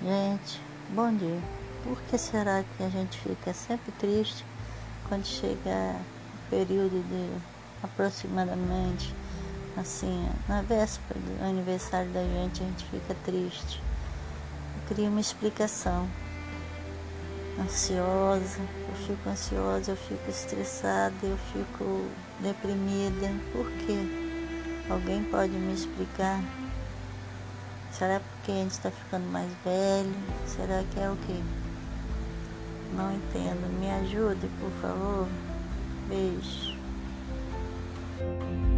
Gente, bom dia. Por que será que a gente fica sempre triste quando chega o período de aproximadamente, assim, na véspera do aniversário da gente, a gente fica triste? Eu queria uma explicação. Eu fico ansiosa, eu fico estressada, eu fico deprimida. Por quê? Alguém pode me explicar? Será porque a gente está ficando mais velho? Será que é o quê? Não entendo. Me ajude, por favor. Beijo.